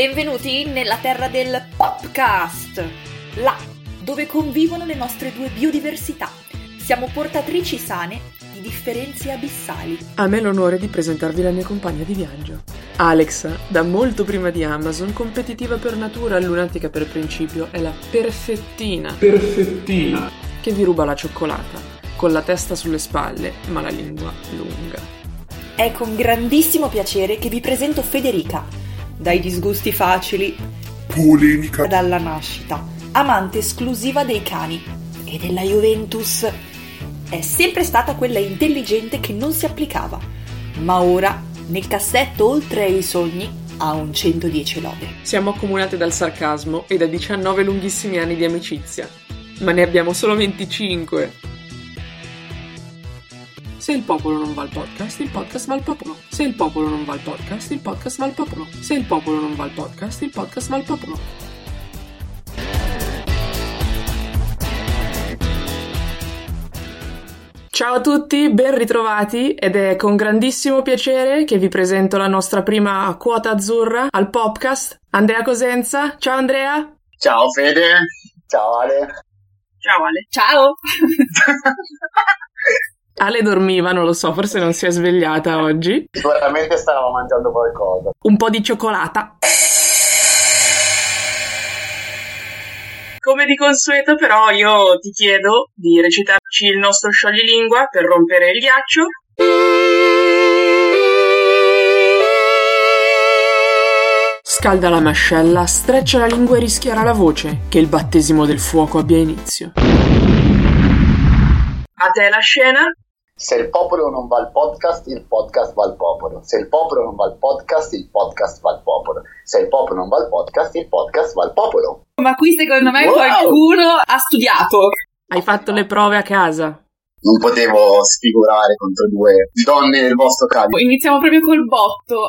Benvenuti nella terra del Popcast, là dove convivono le nostre due biodiversità. Siamo portatrici sane di differenze abissali. A me l'onore di presentarvi la mia compagna di viaggio. Alexa, da molto prima di Amazon, competitiva per natura, lunatica per principio, è la perfettina. Che vi ruba la cioccolata, con la testa sulle spalle, ma la lingua lunga. È con grandissimo piacere che vi presento Federica, dai disgusti facili, polemica dalla nascita, amante esclusiva dei cani e della Juventus. È sempre stata quella intelligente che non si applicava, ma ora nel cassetto oltre ai sogni ha un 110 lode. Siamo accomunate dal sarcasmo e da 19 lunghissimi anni di amicizia, ma ne abbiamo solo 25. Se il popolo non va al podcast, il podcast va al popolo. Se il popolo non va al podcast, il podcast va al popolo. Se il popolo non va al podcast, il podcast va al popolo. Ciao a tutti, ben ritrovati ed è con grandissimo piacere che vi presento la nostra prima quota azzurra al Popcast, Andrea Cosenza. Ciao Andrea! Ciao Fede! Ciao Ale! Ciao Ale! Ciao! Ale dormiva, non lo so, forse non si è svegliata oggi. Sicuramente stava mangiando qualcosa. Un po' di cioccolata. Come di consueto, però, io ti chiedo di recitarci il nostro scioglilingua per rompere il ghiaccio. Scalda la mascella, streccia la lingua e rischiara la voce, che il battesimo del fuoco abbia inizio. A te la scena. Se il popolo non va al podcast, il podcast va al popolo. Se il popolo non va al podcast, il podcast va al popolo. Se il popolo non va al podcast, il podcast va al popolo. Ma qui secondo me qualcuno ha studiato. Hai fatto le prove a casa. Non potevo sfigurare contro due donne del vostro calibro. Iniziamo proprio col botto.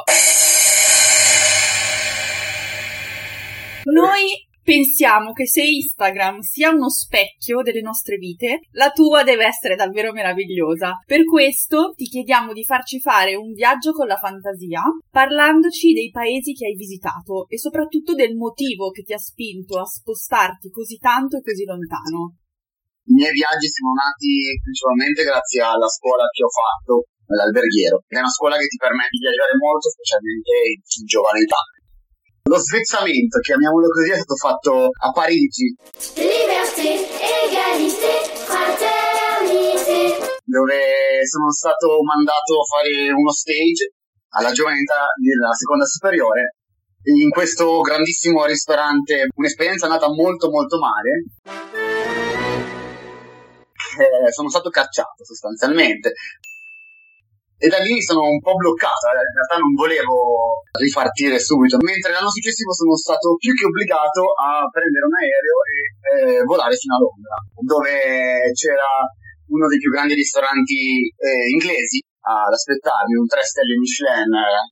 Noi pensiamo che se Instagram sia uno specchio delle nostre vite, la tua deve essere davvero meravigliosa. Per questo ti chiediamo di farci fare un viaggio con la fantasia, parlandoci dei paesi che hai visitato e soprattutto del motivo che ti ha spinto a spostarti così tanto e così lontano. I miei viaggi sono nati principalmente grazie alla scuola che ho fatto, l'alberghiero. È una scuola che ti permette di viaggiare molto, specialmente in giovane età. Lo svezzamento, chiamiamolo così, è stato fatto a Parigi, Liberté, égalité, fraternité, dove sono stato mandato a fare uno stage alla giovane età della seconda superiore in questo grandissimo ristorante, un'esperienza nata molto molto male. Sono stato cacciato sostanzialmente. E da lì mi sono un po' bloccato, in realtà non volevo ripartire subito, mentre l'anno successivo sono stato più che obbligato a prendere un aereo e volare fino a Londra, dove c'era uno dei più grandi ristoranti inglesi ad aspettarmi, un 3 stelle Michelin.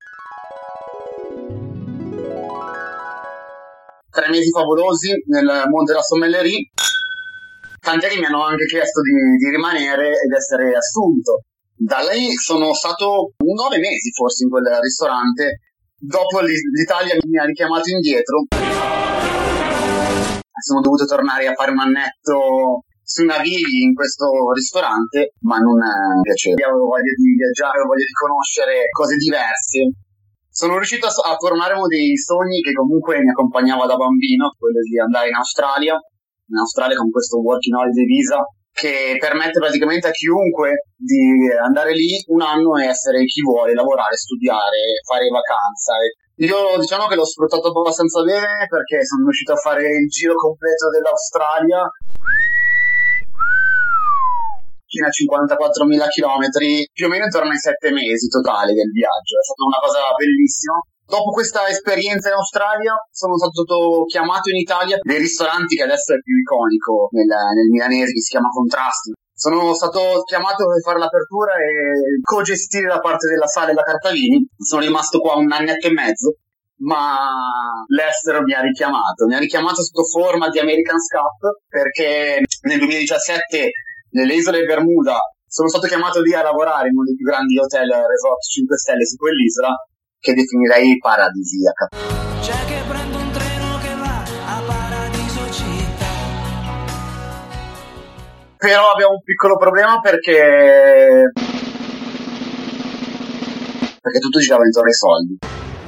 3 mesi favolosi nel mondo della sommellerie, tant'è che mi hanno anche chiesto di rimanere ed essere assunto. Da lì sono stato 9 mesi forse in quel ristorante. Dopo l'Italia mi ha richiamato indietro. Sono dovuto tornare a fare un annetto sui navigli in questo ristorante, ma non mi piaceva. Avevo voglia di viaggiare, avevo voglia di conoscere cose diverse. Sono riuscito a formare uno dei sogni che comunque mi accompagnava da bambino, quello di andare in Australia con questo working holiday visa, che permette praticamente a chiunque di andare lì un anno e essere chi vuole, lavorare, studiare, fare vacanza. Io diciamo che l'ho sfruttato abbastanza bene perché sono riuscito a fare il giro completo dell'Australia fino a 54.000 chilometri, più o meno intorno ai 7 mesi totali del viaggio. È stata una cosa bellissima. Dopo questa esperienza in Australia sono stato chiamato in Italia dei ristoranti che adesso è più iconico nel milanese, che si chiama Contrasti. Sono stato chiamato per fare l'apertura e co-gestire la parte della sala e la cartavini. Sono rimasto qua un annetto e mezzo, ma l'estero mi ha richiamato sotto forma di American's Cup, perché nel 2017 nelle isole Bermuda sono stato chiamato lì a lavorare in uno dei più grandi hotel resort 5 stelle su quell'isola, che definirei paradisiaca. Però abbiamo un piccolo problema perché tutto girava intorno ai soldi.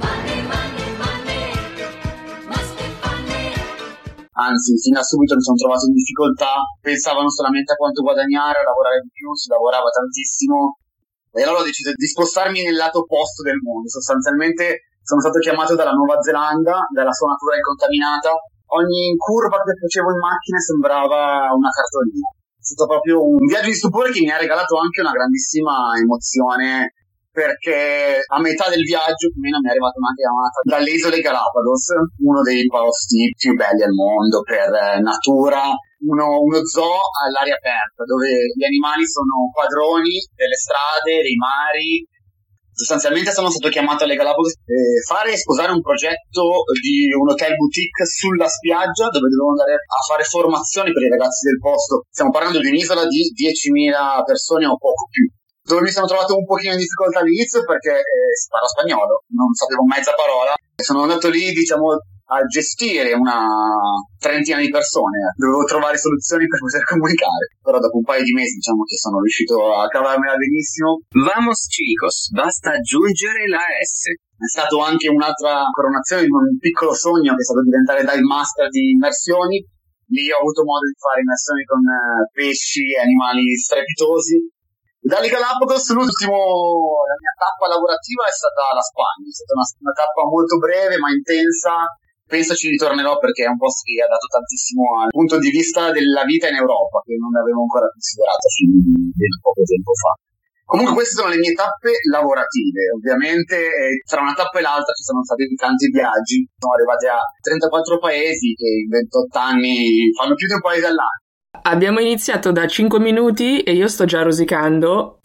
Anzi, fin da subito mi sono trovato in difficoltà, pensavano solamente a quanto guadagnare, a lavorare di più, si lavorava tantissimo, e allora ho deciso di spostarmi nel lato opposto del mondo. Sostanzialmente sono stato chiamato dalla Nuova Zelanda, dalla sua natura incontaminata. Ogni curva che facevo in macchina sembrava una cartolina. È stato proprio un viaggio di stupore che mi ha regalato anche una grandissima emozione, perché a metà del viaggio più o meno mi è arrivata una chiamata dalle isole Galapagos, uno dei posti più belli al mondo per natura, uno zoo all'aria aperta dove gli animali sono padroni delle strade, dei mari. Sostanzialmente sono stato chiamato alle Galapagos per sposare un progetto di un hotel boutique sulla spiaggia, dove dovevo andare a fare formazioni per i ragazzi del posto. Stiamo parlando di un'isola di 10.000 persone o poco più, dove mi sono trovato un pochino in difficoltà all'inizio perché parlo spagnolo, non sapevo mezza parola. Sono andato lì, diciamo, a gestire una trentina di persone. Dovevo trovare soluzioni per poter comunicare. Però dopo un paio di mesi, diciamo che sono riuscito a cavarmela benissimo. Vamos chicos, basta aggiungere la S. È stato anche un'altra coronazione di un piccolo sogno che è stato diventare dive master di immersioni. Lì ho avuto modo di fare immersioni con pesci e animali strepitosi. Dalle Galapagos la mia tappa lavorativa è stata la Spagna. È stata una tappa molto breve ma intensa. Penso ci ritornerò perché è un posto che ha dato tantissimo al punto di vista della vita in Europa, che non avevo ancora considerato fino a poco tempo fa. Comunque queste sono le mie tappe lavorative. Ovviamente tra una tappa e l'altra ci sono stati tanti viaggi. Siamo arrivati a 34 paesi che in 28 anni fanno più di un paese all'anno. Abbiamo iniziato da 5 minuti e io sto già rosicando.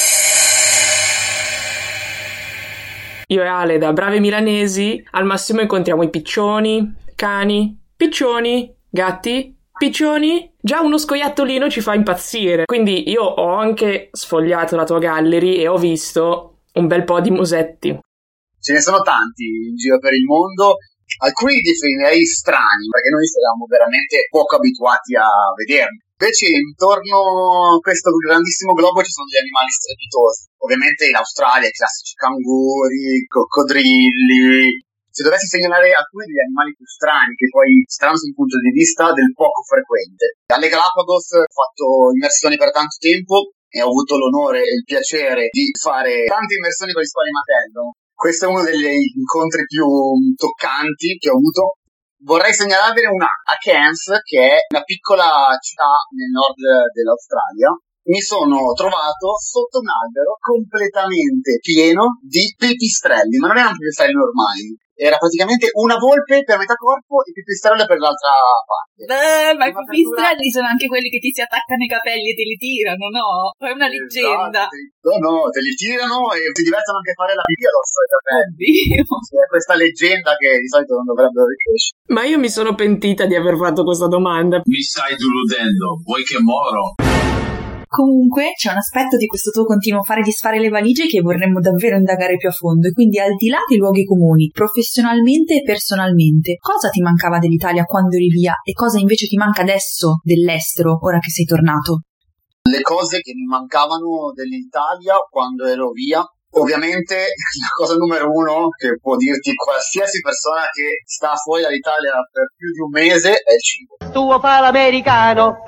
Io e Ale, da brave milanesi, al massimo incontriamo i piccioni, cani, piccioni, gatti, piccioni. Già uno scoiattolino ci fa impazzire. Quindi io ho anche sfogliato la tua gallery e ho visto un bel po' di musetti. Ce ne sono tanti in giro per il mondo. Alcuni definirei strani, perché noi eravamo veramente poco abituati a vederli. Invece intorno a questo grandissimo globo ci sono degli animali strepitosi. Ovviamente in Australia i classici canguri, coccodrilli. Se dovessi segnalare alcuni degli animali più strani, che poi strani sul punto di vista del poco frequente. Alle Galapagos ho fatto immersioni per tanto tempo e ho avuto l'onore e il piacere di fare tante immersioni con gli squali Matello. Questo è uno degli incontri più toccanti che ho avuto. Vorrei segnalarvene una a Cairns, che è una piccola città nel nord dell'Australia. Mi sono trovato sotto un albero completamente pieno di pipistrelli, ma non erano pipistrelli normali. Era praticamente una volpe per metà corpo e pipistrello per l'altra parte. Ma i pipistrelli sono anche quelli che ti si attaccano ai capelli e te li tirano, no? È una leggenda. No, te li tirano e si divertono anche a fare la pipì addosso ai capelli. Oddio. È questa leggenda che di solito non dovrebbero ricrescere. Ma io mi sono pentita di aver fatto questa domanda. Mi stai deludendo, vuoi che moro? Comunque c'è un aspetto di questo tuo continuo fare disfare le valigie che vorremmo davvero indagare più a fondo, e quindi al di là dei luoghi comuni, professionalmente e personalmente, cosa ti mancava dell'Italia quando eri via e cosa invece ti manca adesso dell'estero ora che sei tornato? Le cose che mi mancavano dell'Italia quando ero via, ovviamente la cosa numero uno che può dirti qualsiasi persona che sta fuori dall'Italia per più di un mese è il cibo. Tu fa l'americano,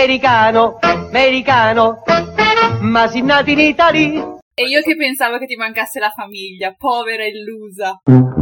americano, ma si nati in Italia. E io che pensavo che ti mancasse la famiglia, povera illusa.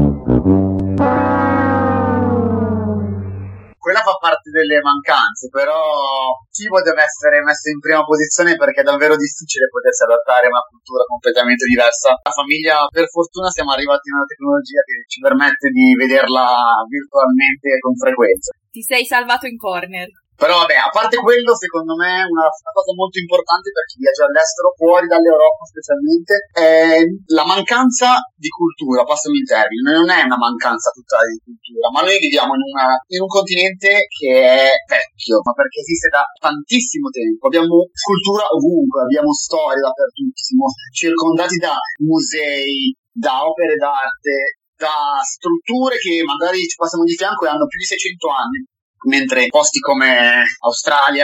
Quella fa parte delle mancanze, però il cibo deve essere messo in prima posizione perché è davvero difficile potersi adattare a una cultura completamente diversa. La famiglia, per fortuna, siamo arrivati a una tecnologia che ci permette di vederla virtualmente con frequenza. Ti sei salvato in corner. Però vabbè, a parte quello, secondo me una cosa molto importante per chi viaggia all'estero, fuori dall'Europa specialmente, è la mancanza di cultura, passami il termine. Non è una mancanza totale di cultura, ma noi viviamo in un continente che è vecchio, ma perché esiste da tantissimo tempo. Abbiamo cultura ovunque, abbiamo storie dappertutto, siamo circondati da musei, da opere d'arte, da strutture che magari ci passano di fianco e hanno più di 600 anni. Mentre posti come Australia,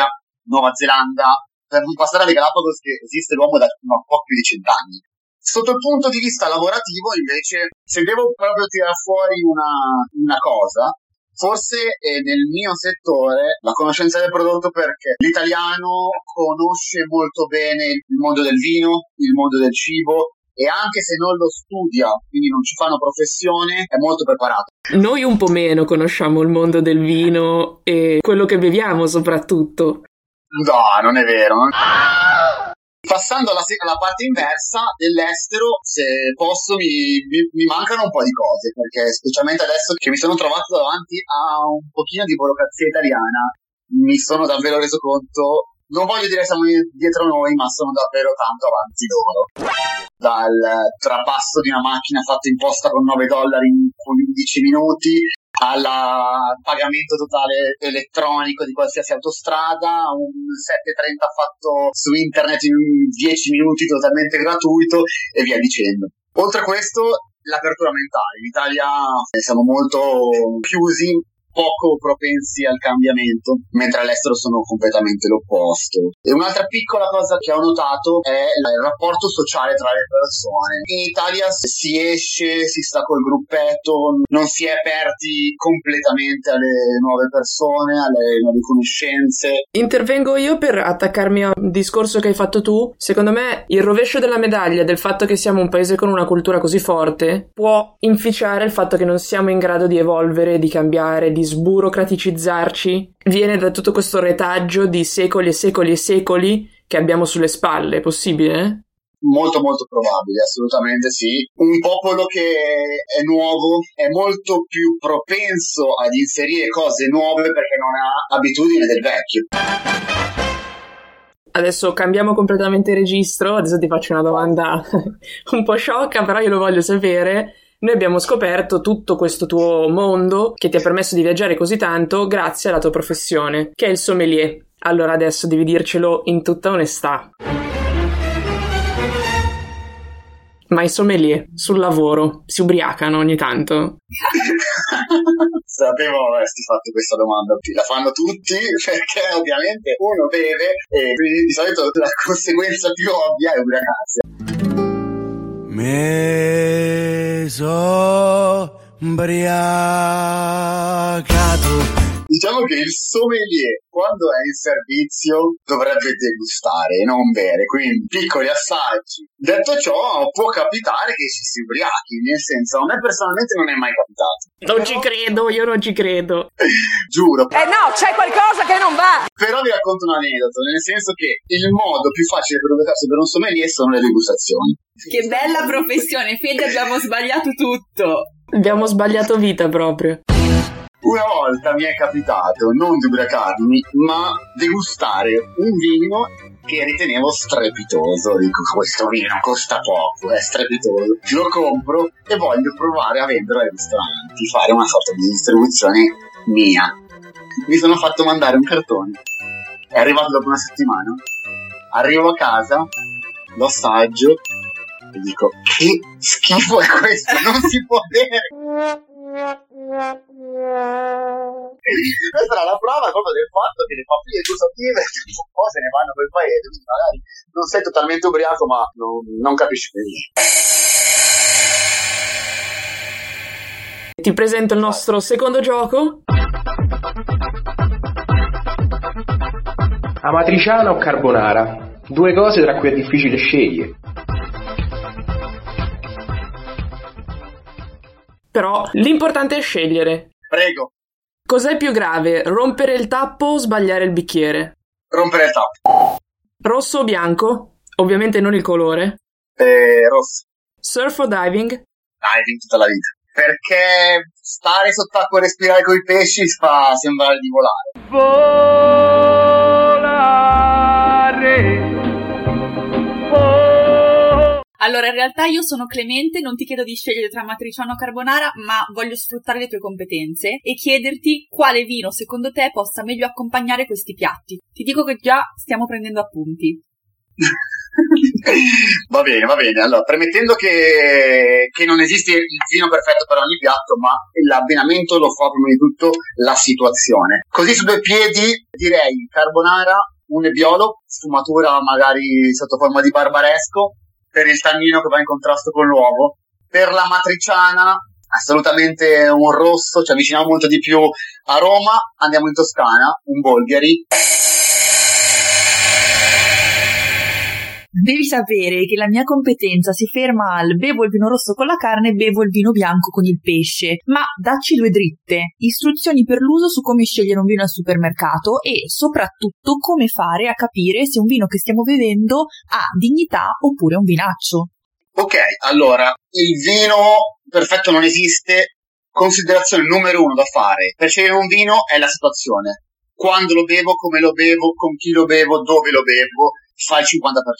Nuova Zelanda, per non passare alle Galapagos, che esiste l'uomo da poco più di 100 anni. Sotto il punto di vista lavorativo, invece, se devo proprio tirare fuori una cosa, forse nel mio settore la conoscenza del prodotto, perché l'italiano conosce molto bene il mondo del vino, il mondo del cibo, e anche se non lo studia, quindi non ci fanno professione, è molto preparato. Noi un po' meno conosciamo il mondo del vino e quello che beviamo soprattutto. No, non è vero. Passando alla parte inversa dell'estero, se posso, mi mancano un po' di cose, perché specialmente adesso che mi sono trovato davanti a un pochino di burocrazia italiana, mi sono davvero reso conto, non voglio dire siamo dietro noi, ma sono davvero tanto avanti loro. Dal trapasso di una macchina fatta in posta con $9 in 15 minuti, al pagamento totale elettronico di qualsiasi autostrada, un 730 fatto su internet in 10 minuti totalmente gratuito e via dicendo. Oltre a questo, l'apertura mentale. In Italia siamo molto chiusi, poco propensi al cambiamento, mentre all'estero sono completamente l'opposto. E un'altra piccola cosa che ho notato è il rapporto sociale tra le persone. In Italia si esce, si sta col gruppetto, non si è aperti completamente alle nuove persone, alle nuove conoscenze. Intervengo io per attaccarmi a un discorso che hai fatto tu. Secondo me il rovescio della medaglia del fatto che siamo un paese con una cultura così forte può inficiare il fatto che non siamo in grado di evolvere, di cambiare, di sburocraticizzarci, viene da tutto questo retaggio di secoli e secoli e secoli che abbiamo sulle spalle. È possibile? Molto molto probabile, assolutamente sì. Un popolo che è nuovo è molto più propenso ad inserire cose nuove perché non ha abitudine del vecchio. Adesso cambiamo completamente registro, adesso ti faccio una domanda un po' sciocca, però io lo voglio sapere. Noi abbiamo scoperto tutto questo tuo mondo che ti ha permesso di viaggiare così tanto grazie alla tua professione, che è il sommelier. Allora adesso devi dircelo in tutta onestà. Ma i sommelier sul lavoro si ubriacano ogni tanto? Sapevo avresti fatto questa domanda. La fanno tutti perché ovviamente uno beve e quindi di solito la conseguenza più ovvia è ubriacarsi. Ubriacato. Diciamo che il sommelier, quando è in servizio, dovrebbe degustare e non bere, quindi piccoli assaggi. Detto ciò, può capitare che ci si ubriachi, nel senso, a me personalmente non è mai capitato. Non ci credo, io non ci credo. Giuro. No, c'è qualcosa che non va! Però vi racconto un aneddoto, nel senso che il modo più facile per ubriacarsi per un sommelier sono le degustazioni. Che bella professione, Fede, abbiamo sbagliato tutto. Abbiamo sbagliato vita proprio. Una volta mi è capitato non di ubriacarmi, ma degustare un vino che ritenevo strepitoso. Dico, questo vino costa poco, è strepitoso. Lo compro e voglio provare a venderlo ai ristoranti, fare una sorta di distribuzione mia. Mi sono fatto mandare un cartone. È arrivato dopo una settimana. Arrivo a casa, lo assaggio e dico, che schifo è questo, non si può bere. Questa era la prova proprio del fatto che le pappine gustative un po' se ne vanno quel paese, quindi magari non sei totalmente ubriaco ma non capisci benissimo. Ti presento il nostro secondo gioco. Amatriciana o carbonara? Due cose tra cui è difficile scegliere. Però l'importante è scegliere. Prego. Cos'è più grave, rompere il tappo o sbagliare il bicchiere? Rompere il tappo. Rosso o bianco? Ovviamente non il colore. Rosso. Surf o diving? Diving tutta la vita. Perché stare sott'acqua e respirare coi pesci fa sembrare di volare. Allora, in realtà io sono Clemente, non ti chiedo di scegliere tra matriciana o carbonara, ma voglio sfruttare le tue competenze e chiederti quale vino secondo te possa meglio accompagnare questi piatti. Ti dico che già stiamo prendendo appunti. Va bene. Allora, premettendo che non esiste il vino perfetto per ogni piatto, ma l'abbinamento lo fa prima di tutto la situazione. Così su due piedi direi carbonara un nebbiolo, sfumatura magari sotto forma di barbaresco, per il tannino che va in contrasto con l'uovo. Per la matriciana, assolutamente un rosso, ci avviciniamo molto di più a Roma, andiamo in Toscana, un Bolgheri. Devi sapere che la mia competenza si ferma al bevo il vino rosso con la carne, bevo il vino bianco con il pesce. Ma dacci due dritte, istruzioni per l'uso su come scegliere un vino al supermercato e soprattutto come fare a capire se un vino che stiamo bevendo ha dignità oppure un vinaccio. Ok, allora, il vino perfetto non esiste. Considerazione numero 1 da fare per scegliere un vino è la situazione. Quando lo bevo, come lo bevo, con chi lo bevo, dove lo bevo, fa il 50%.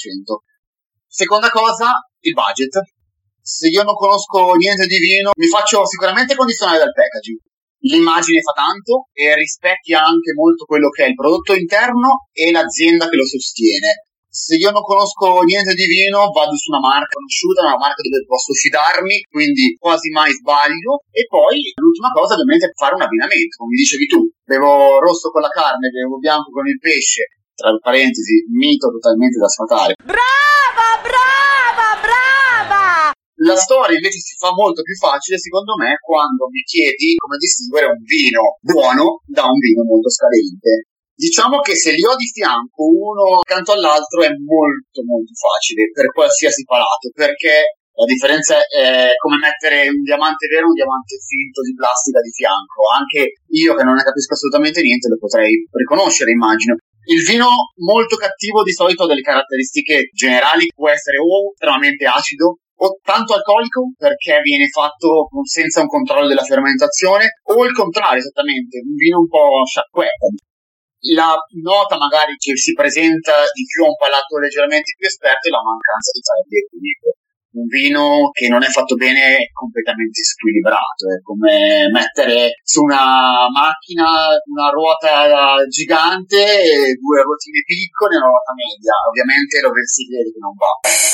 Seconda cosa, il budget. Se io non conosco niente di vino, mi faccio sicuramente condizionare dal packaging. L'immagine fa tanto e rispecchia anche molto quello che è il prodotto interno e l'azienda che lo sostiene. Se io non conosco niente di vino, vado su una marca conosciuta, una marca dove posso fidarmi, quindi quasi mai sbaglio. E poi l'ultima cosa ovviamente è fare un abbinamento, come dicevi tu. Bevo rosso con la carne, bevo bianco con il pesce, tra parentesi, mito totalmente da sfatare. Brava, brava, brava! La storia invece si fa molto più facile, secondo me, quando mi chiedi come distinguere un vino buono da un vino molto scadente. Diciamo che se li ho di fianco uno accanto all'altro è molto molto facile per qualsiasi palato, perché la differenza è come mettere un diamante vero e un diamante finto di plastica di fianco. Anche io che non ne capisco assolutamente niente lo potrei riconoscere, immagino. Il vino molto cattivo di solito ha delle caratteristiche generali, può essere o estremamente acido o tanto alcolico perché viene fatto senza un controllo della fermentazione, o il contrario esattamente, un vino un po' sciacquetta. La nota magari che si presenta di più a un palato leggermente più esperto è la mancanza di sale di equilibrio. Un vino che non è fatto bene è completamente squilibrato, è come mettere su una macchina una ruota gigante e due ruotine piccole e una ruota media. Ovviamente lo si vede che non va.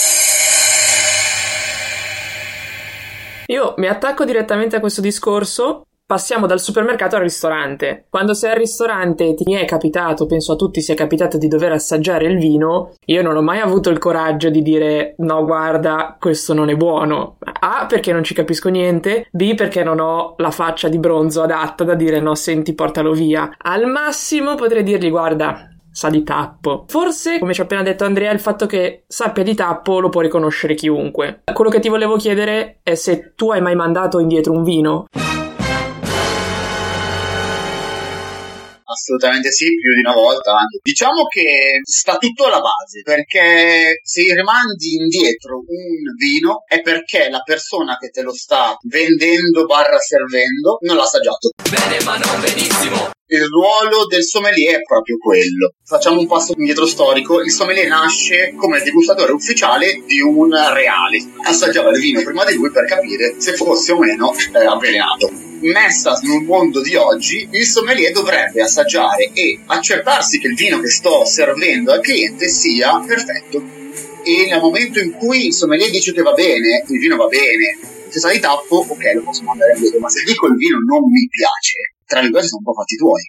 Io mi attacco direttamente a questo discorso. Passiamo dal supermercato al ristorante. Quando sei al ristorante ti è capitato, penso a tutti sia capitato di dover assaggiare il vino, io non ho mai avuto il coraggio di dire no guarda questo non è buono. A, perché non ci capisco niente, B, perché non ho la faccia di bronzo adatta da dire no senti portalo via. Al massimo potrei dirgli guarda sa di tappo. Forse, come ci ha appena detto Andrea, il fatto che sappia di tappo lo può riconoscere chiunque. Quello che ti volevo chiedere è se tu hai mai mandato indietro un vino. Assolutamente sì, più di una volta anche. Diciamo che sta tutto alla base, perché se rimandi indietro un vino è perché la persona che te lo sta vendendo / servendo non l'ha assaggiato. Bene ma non benissimo. Il ruolo del sommelier è proprio quello. Facciamo un passo indietro storico. Il sommelier nasce come degustatore ufficiale di un reale. Assaggiava il vino prima di lui per capire se fosse o meno avvelenato. Messa nel mondo di oggi, il sommelier dovrebbe assaggiare e accertarsi che il vino che sto servendo al cliente sia perfetto. E nel momento in cui il sommelier dice che va bene, il vino va bene, se sa di tappo, ok, lo posso mandare indietro, ma se dico il vino non mi piace, tra virgolette sono un po' fatti tuoi.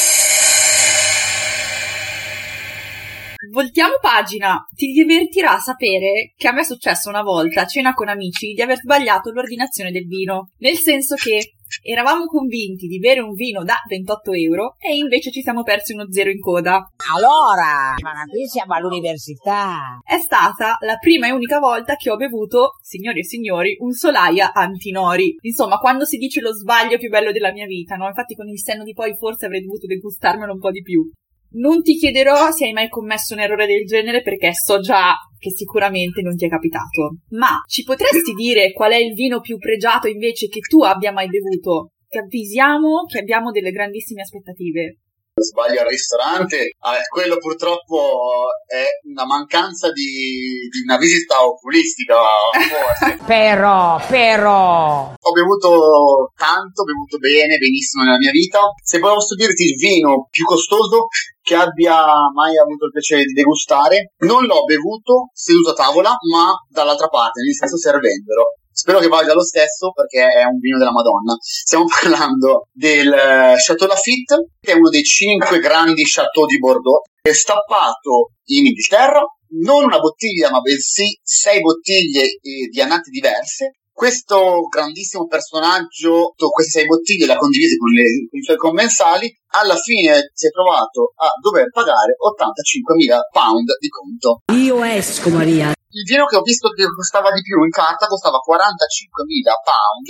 Voltiamo pagina. Ti divertirà sapere che a me è successo una volta a cena con amici di aver sbagliato l'ordinazione del vino, nel senso che eravamo convinti di bere un vino da 28 euro e invece ci siamo persi uno zero in coda. Allora, ma qui siamo all'università. È stata la prima e unica volta che ho bevuto, signori e signori, un Solaia Antinori. Insomma, quando si dice lo sbaglio più bello della mia vita, no? Infatti con il senno di poi forse avrei dovuto degustarmelo un po' di più. Non ti chiederò se hai mai commesso un errore del genere perché so già che sicuramente non ti è capitato. Ma ci potresti dire qual è il vino più pregiato invece che tu abbia mai bevuto? Ti avvisiamo che abbiamo delle grandissime aspettative. Sbaglio al ristorante, quello purtroppo è una mancanza di una visita oculistica, forse. Però ho bevuto tanto, ho bevuto bene, benissimo nella mia vita. Se posso dirti il vino più costoso che abbia mai avuto il piacere di degustare, non l'ho bevuto seduto a tavola, ma dall'altra parte, nel senso servendolo. Spero che valga lo stesso perché è un vino della Madonna. Stiamo parlando del Château Lafite, che è uno dei 5 grandi Château di Bordeaux. è stappato in Inghilterra, non una bottiglia ma bensì 6 bottiglie di annate diverse. Questo grandissimo personaggio, queste 6 bottiglie le ha condivise con i suoi commensali, alla fine si è trovato a dover pagare 85.000 pound di conto. Io esco, Maria. Il vino che ho visto che costava di più in carta costava 45.000 pound.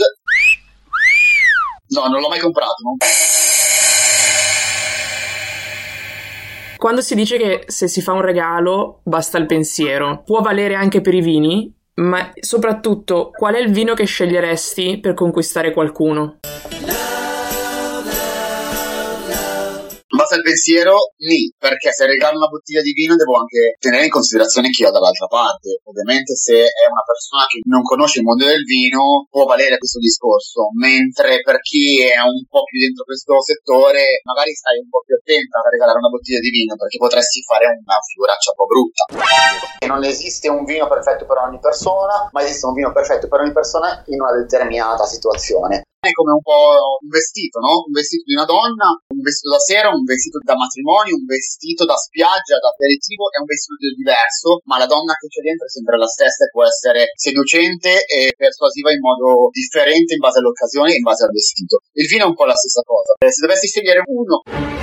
No, non l'ho mai comprato, no? Quando si dice che se si fa un regalo basta il pensiero, può valere anche per i vini? Ma soprattutto, qual è il vino che sceglieresti per conquistare qualcuno? Basta il pensiero, perché se regalo una bottiglia di vino devo anche tenere in considerazione chi ho dall'altra parte. Ovviamente se è una persona che non conosce il mondo del vino può valere questo discorso, mentre per chi è un po' più dentro questo settore magari stai un po' più attenta a regalare una bottiglia di vino, perché potresti fare una figuraccia un po' brutta. Non esiste un vino perfetto per ogni persona, ma esiste un vino perfetto per ogni persona in una determinata situazione. È come un po' un vestito, no? Un vestito di una donna, un vestito da sera, un vestito da matrimonio, un vestito da spiaggia, da aperitivo, è un vestito diverso, ma la donna che c'è dentro è sempre la stessa e può essere seducente e persuasiva in modo differente in base all'occasione e in base al vestito. Il vino è un po' la stessa cosa. Se dovessi scegliere uno,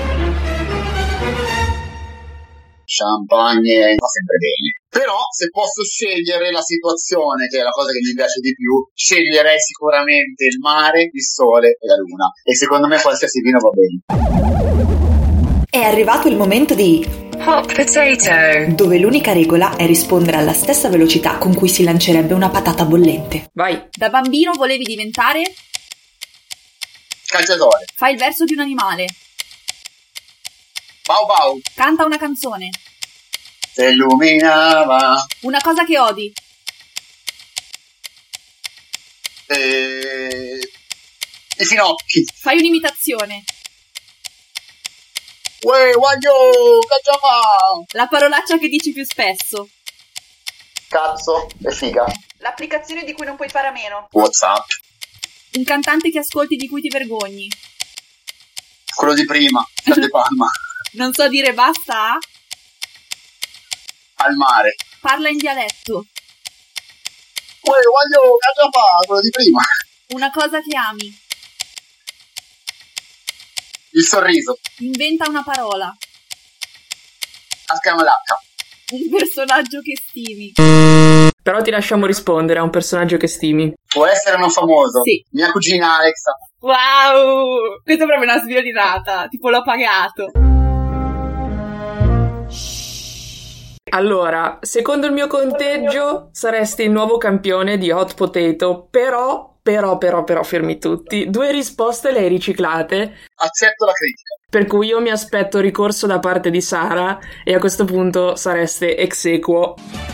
champagne va sempre bene. Però se posso scegliere la situazione, che è la cosa che mi piace di più, sceglierei sicuramente il mare, il sole e la luna. E secondo me qualsiasi vino va bene. È arrivato il momento di Hot Potato, dove l'unica regola è rispondere alla stessa velocità con cui si lancerebbe una patata bollente. Vai. Da bambino volevi diventare? Calciatore. Fai il verso di un animale. Bau bau. Canta una canzone. Se illuminava. Una cosa che odi. I finocchi. Fai un'imitazione. Uè, guaglio, cacciama. La parolaccia che dici più spesso. Cazzo e figa. L'applicazione di cui non puoi fare a meno. WhatsApp. Un cantante che ascolti di cui ti vergogni. Quello di prima, Fredde Palma. Non so dire basta a? Al mare. Parla in dialetto. Uè, guaglio, cacciama, quello di prima. Una cosa che ami. Il sorriso. Inventa una parola. Ascamalacca. Un personaggio che stimi. Però ti lasciamo rispondere a un personaggio che stimi. Può essere uno famoso. Sì. Mia cugina Alexa. Wow! Questa è proprio una sviolinata. Tipo l'ho pagato. Allora, secondo il mio conteggio saresti il nuovo campione di Hot Potato, però, fermi tutti, 2 risposte le hai riciclate. Accetto la critica. Per cui io mi aspetto ricorso da parte di Sara e a questo punto sareste ex equo.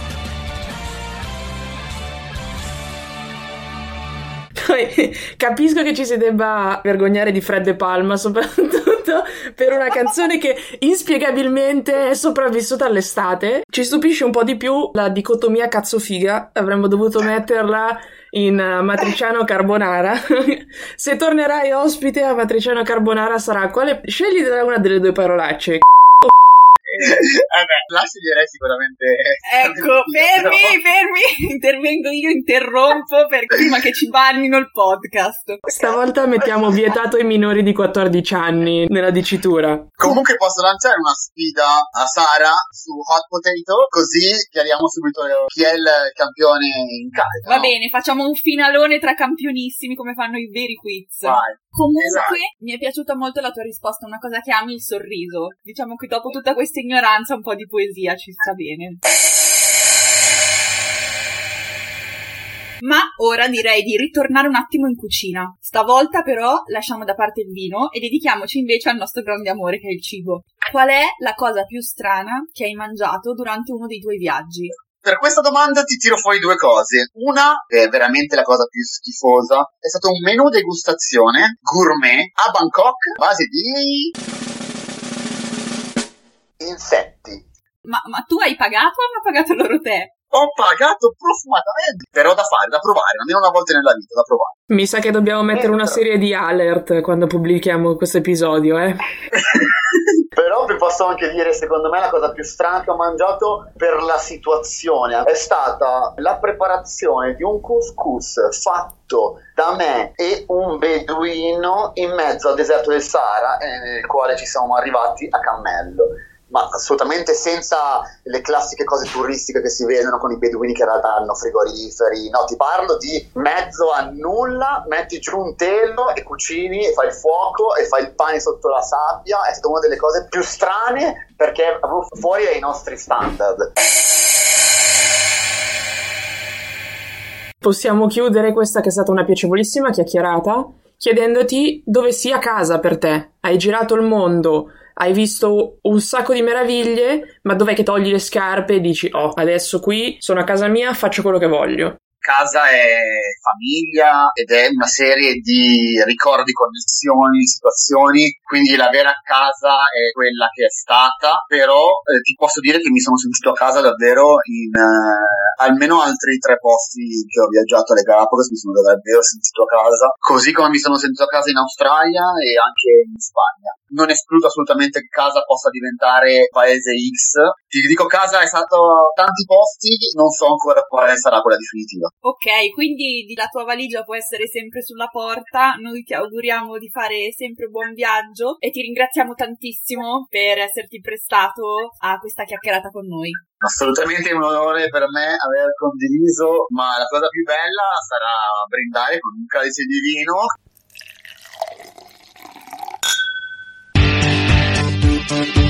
Poi capisco che ci si debba vergognare di Fredde Palma, soprattutto per una canzone che inspiegabilmente è sopravvissuta all'estate. Ci stupisce un po' di più la dicotomia cazzo-figa, avremmo dovuto metterla in Matriciano Carbonara. Se tornerai ospite a Matriciano Carbonara sarà quale? Scegli una delle 2 parolacce. La sceglierei sicuramente. Ecco, fermi, intervengo io, interrompo prima che ci bannino il podcast. Stavolta mettiamo vietato ai minori di 14 anni nella dicitura. Comunque posso lanciare una sfida a Sara su Hot Potato, così chiariamo subito chi è il campione in carica. Va bene, facciamo un finalone tra campionissimi come fanno i veri quiz. Vai. Comunque, esatto. Mi è piaciuta molto la tua risposta, una cosa che ami, il sorriso. Diciamo che dopo tutta questa ignoranza un po' di poesia ci sta bene. Ma ora direi di ritornare un attimo in cucina. Stavolta però lasciamo da parte il vino e dedichiamoci invece al nostro grande amore che è il cibo. Qual è la cosa più strana che hai mangiato durante uno dei tuoi viaggi? Per questa domanda ti tiro fuori 2 cose. Una, che è veramente la cosa più schifosa, è stato un menù degustazione gourmet a Bangkok a base di insetti. Ma tu hai pagato o hanno pagato loro te? Ho pagato profumatamente, però da fare, da provare, almeno una volta nella vita, da provare. Mi sa che dobbiamo mettere una serie di alert quando pubblichiamo questo episodio, Però vi posso anche dire, secondo me la cosa più strana che ho mangiato per la situazione è stata la preparazione di un couscous fatto da me e un beduino in mezzo al deserto del Sahara, nel quale ci siamo arrivati a cammello. Ma assolutamente senza le classiche cose turistiche che si vedono con i beduini che in realtà hanno frigoriferi. No, ti parlo di mezzo a nulla, metti giù un telo e cucini e fai il fuoco e fai il pane sotto la sabbia. È stata una delle cose più strane perché fuori dai nostri standard. Possiamo chiudere questa che è stata una piacevolissima chiacchierata chiedendoti dove sia casa per te. Hai girato il mondo, hai visto un sacco di meraviglie, ma dov'è che togli le scarpe e dici adesso qui sono a casa mia, faccio quello che voglio? Casa è famiglia ed è una serie di ricordi, connessioni, situazioni, quindi la vera casa è quella che è stata, però ti posso dire che mi sono sentito a casa davvero in almeno altri 3 posti che ho viaggiato alle Galapagos, mi sono davvero sentito a casa, così come mi sono sentito a casa in Australia e anche in Spagna. Non escludo assolutamente che casa possa diventare paese X. Ti dico, casa è stato tanti posti, non so ancora quale sarà quella definitiva. Ok, quindi la tua valigia può essere sempre sulla porta, noi ti auguriamo di fare sempre buon viaggio e ti ringraziamo tantissimo per esserti prestato a questa chiacchierata con noi. Assolutamente è un onore per me aver condiviso, ma la cosa più bella sarà brindare con un calice di vino.